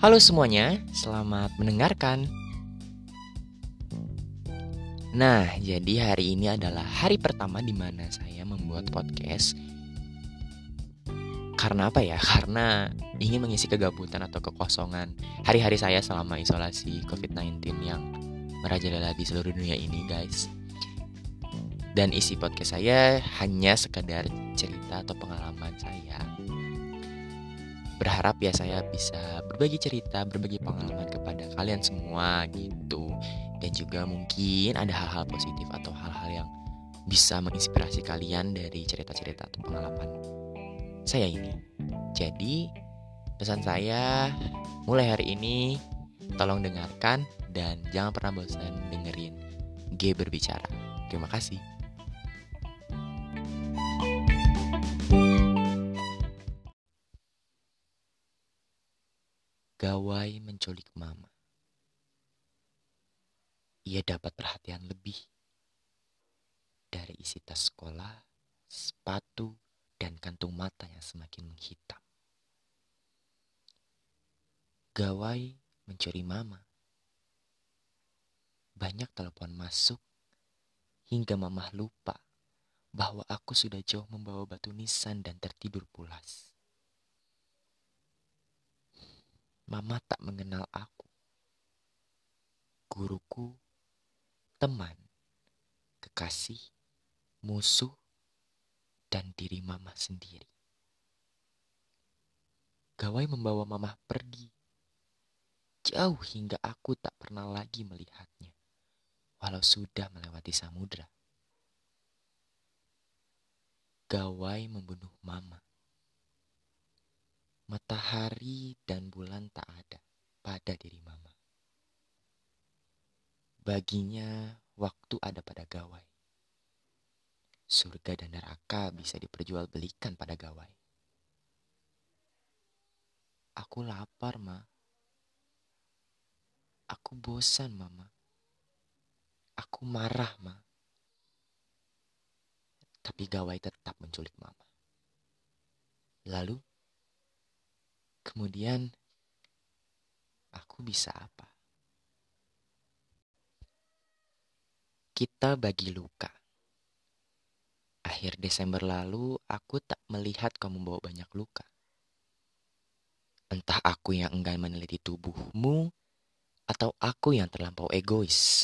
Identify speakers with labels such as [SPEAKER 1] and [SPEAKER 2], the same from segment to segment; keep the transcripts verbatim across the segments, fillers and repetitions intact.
[SPEAKER 1] Halo semuanya, selamat mendengarkan. Nah, jadi hari ini adalah hari pertama di mana saya membuat podcast. Karena apa ya? Karena ingin mengisi kegabutan atau kekosongan hari-hari saya selama isolasi covid sembilan belas yang merajalela di seluruh dunia ini, guys. Dan isi podcast saya hanya sekedar cerita atau pengalaman saya. Berharap ya saya bisa berbagi cerita, berbagi pengalaman kepada kalian semua gitu. Dan juga mungkin ada hal-hal positif atau hal-hal yang bisa menginspirasi kalian dari cerita-cerita atau pengalaman saya ini. Jadi pesan saya mulai hari ini tolong dengarkan dan jangan pernah bosan dengerin G berbicara. Terima kasih. Gawai menculik mama. Ia dapat perhatian lebih dari isi tas sekolah, sepatu, dan kantung mata yang semakin menghitam. Gawai mencuri mama. Banyak telepon masuk hingga mamah lupa bahwa aku sudah jauh membawa batu nisan dan tertidur pulas. Mama tak mengenal aku. Guruku, teman, kekasih, musuh, dan diri mama sendiri. Gawai membawa mama pergi. Jauh hingga aku tak pernah lagi melihatnya, walau sudah melewati samudra. Gawai membunuh mama. Matahari dan bulan tak ada pada diri mama. Baginya, waktu ada pada gawai. Surga dan neraka bisa diperjualbelikan pada gawai. Aku lapar, Ma. Aku bosan, Mama. Aku marah, Ma. Tapi gawai tetap menculik Mama. Lalu, kemudian, aku bisa apa? Kita bagi luka. Akhir Desember lalu, aku tak melihat kau membawa banyak luka. Entah aku yang enggan meneliti tubuhmu, atau aku yang terlampau egois.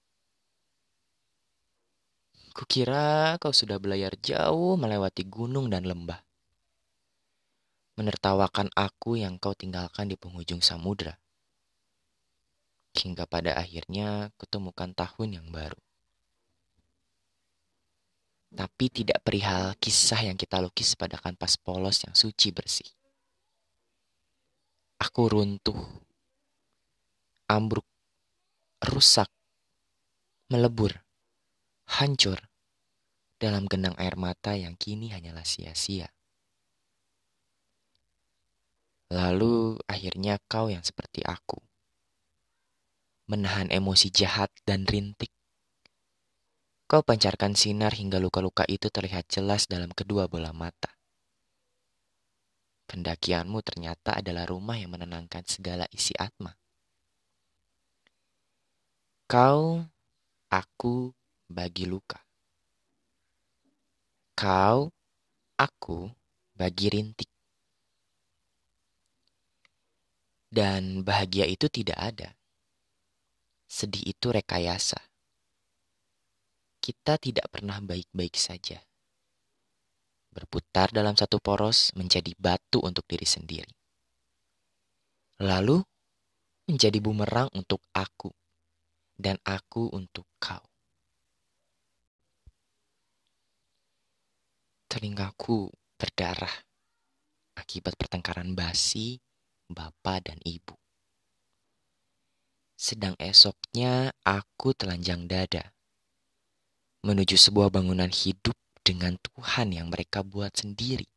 [SPEAKER 1] Kukira kau sudah berlayar jauh melewati gunung dan lembah. Menertawakan aku yang kau tinggalkan di penghujung samudra. Hingga pada akhirnya kutemukan tahun yang baru. Tapi tidak perihal kisah yang kita lukis pada kanvas polos yang suci bersih. Aku runtuh, ambruk, rusak, melebur, hancur dalam genang air mata yang kini hanyalah sia-sia. Lalu akhirnya kau yang seperti aku, menahan emosi jahat dan rintik. Kau pancarkan sinar hingga luka-luka itu terlihat jelas dalam kedua bola mata. Pendakianmu ternyata adalah rumah yang menenangkan segala isi atma. Kau, aku, bagi luka. Kau, aku, bagi rintik. Dan bahagia itu tidak ada. Sedih itu rekayasa. Kita tidak pernah baik-baik saja. Berputar dalam satu poros menjadi batu untuk diri sendiri. Lalu menjadi bumerang untuk aku. Dan aku untuk kau. Telingaku berdarah akibat pertengkaran basi bapak dan ibu. Sedang esoknya aku telanjang dada menuju sebuah bangunan hidup dengan Tuhan yang mereka buat sendiri.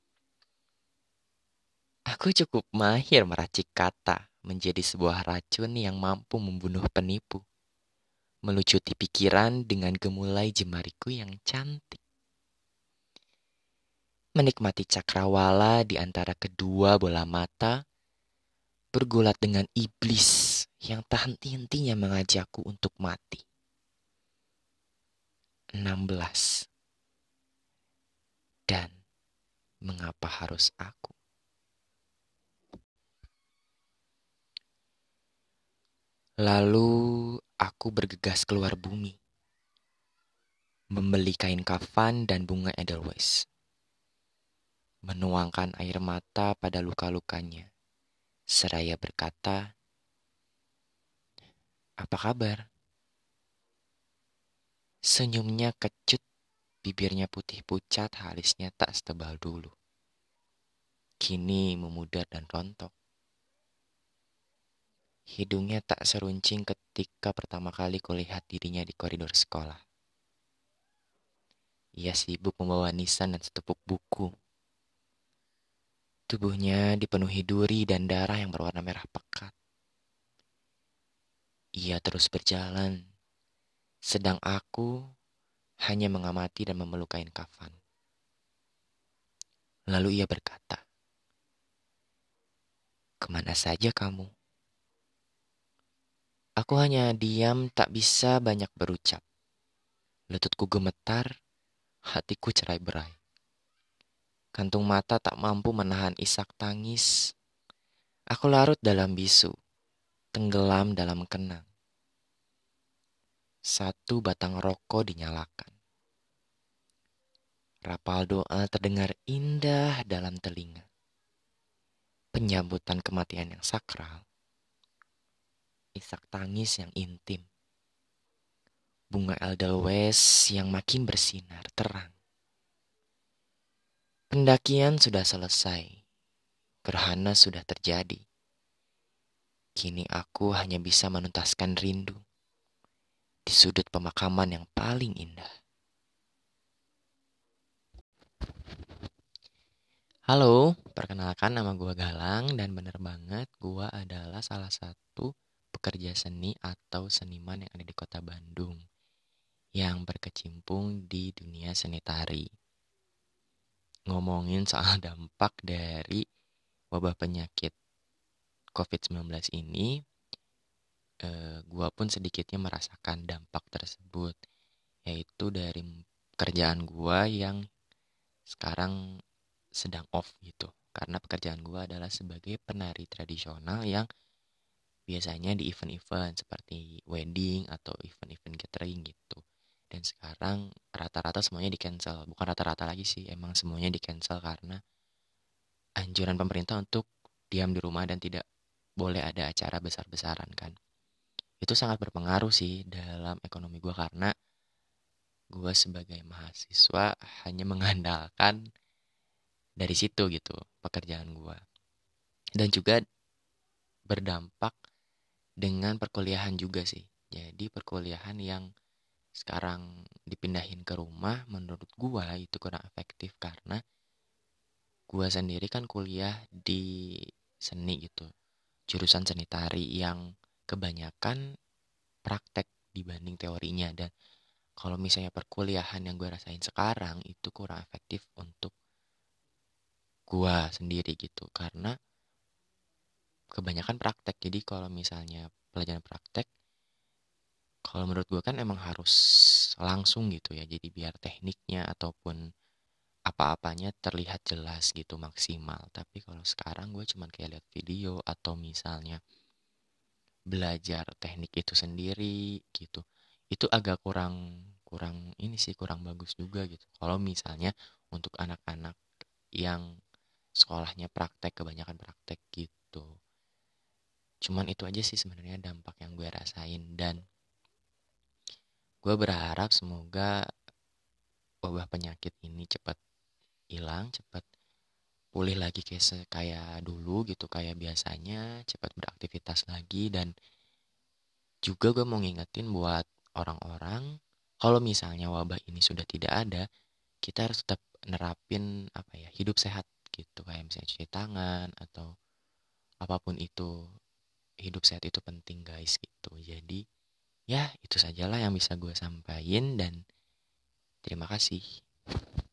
[SPEAKER 1] Aku cukup mahir meracik kata menjadi sebuah racun yang mampu membunuh penipu. Melucuti pikiran dengan gemulai jemariku yang cantik. Menikmati cakrawala di antara kedua bola mata, bergulat dengan iblis yang tak henti-hentinya mengajakku untuk mati. Enam belas. Dan mengapa harus aku? Lalu aku bergegas keluar bumi, membeli kain kafan dan bunga edelweiss, menuangkan air mata pada luka-lukanya, seraya berkata, "Apa kabar?" Senyumnya kecut, bibirnya putih pucat, alisnya tak setebal dulu. Kini memudar dan rontok. Hidungnya tak seruncing ketika pertama kali kulihat dirinya di koridor sekolah. Ia sibuk membawa nisan dan setepuk buku. Tubuhnya dipenuhi duri dan darah yang berwarna merah pekat. Ia terus berjalan, sedang aku hanya mengamati dan memeluk kain kafan. Lalu ia berkata, "Kemana saja kamu?" Aku hanya diam, tak bisa banyak berucap. Lututku gemetar, hatiku cerai-berai. Kantung mata tak mampu menahan isak tangis. Aku larut dalam bisu, tenggelam dalam kenang. Satu batang rokok dinyalakan. Rapal doa terdengar indah dalam telinga. Penyambutan kematian yang sakral. Isak tangis yang intim. Bunga edelweiss yang makin bersinar terang. Pendakian sudah selesai. Gerhana sudah terjadi. Kini aku hanya bisa menuntaskan rindu di sudut pemakaman yang paling indah. Halo, perkenalkan nama gua Galang dan bener banget gua adalah salah satu pekerja seni atau seniman yang ada di kota Bandung yang berkecimpung di dunia seni tari. Ngomongin soal dampak dari wabah penyakit covid sembilan belas ini, eh, gua pun sedikitnya merasakan dampak tersebut, yaitu dari kerjaan gua yang sekarang sedang off gitu. Karena pekerjaan gue adalah sebagai penari tradisional yang biasanya di event-event seperti wedding atau event-event catering gitu. Dan sekarang rata-rata semuanya di cancel. Bukan rata-rata lagi sih, emang semuanya di cancel karena anjuran pemerintah untuk diam di rumah dan tidak boleh ada acara besar-besaran kan. Itu sangat berpengaruh sih dalam ekonomi gue karena gue sebagai mahasiswa hanya mengandalkan dari situ gitu pekerjaan gue. Dan juga berdampak dengan perkuliahan juga sih. Jadi perkuliahan yang sekarang dipindahin ke rumah menurut gua itu kurang efektif karena gua sendiri kan kuliah di seni gitu. Jurusan seni tari yang kebanyakan praktek dibanding teorinya dan kalau misalnya perkuliahan yang gue rasain sekarang itu kurang efektif untuk gua sendiri gitu karena kebanyakan praktek. Jadi kalau misalnya pelajaran praktek, kalau menurut gue kan emang harus langsung gitu ya. Jadi biar tekniknya ataupun apa-apanya terlihat jelas gitu maksimal. Tapi kalau sekarang gue cuma kayak lihat video atau misalnya belajar teknik itu sendiri gitu. Itu agak kurang kurang ini sih kurang bagus juga gitu. Kalau misalnya untuk anak-anak yang sekolahnya praktek kebanyakan praktek gitu. Cuman itu aja sih sebenarnya dampak yang gue rasain dan gue berharap semoga wabah penyakit ini cepat hilang, cepat pulih lagi kayak kayak dulu gitu, kayak biasanya, cepat beraktivitas lagi dan juga gue mau ngingetin buat orang-orang kalau misalnya wabah ini sudah tidak ada, kita harus tetap nerapin apa ya, hidup sehat gitu, kayak misalnya cuci tangan atau apapun itu. Hidup sehat itu penting guys gitu. Jadi ya itu sajalah yang bisa gue sampaikan dan terima kasih.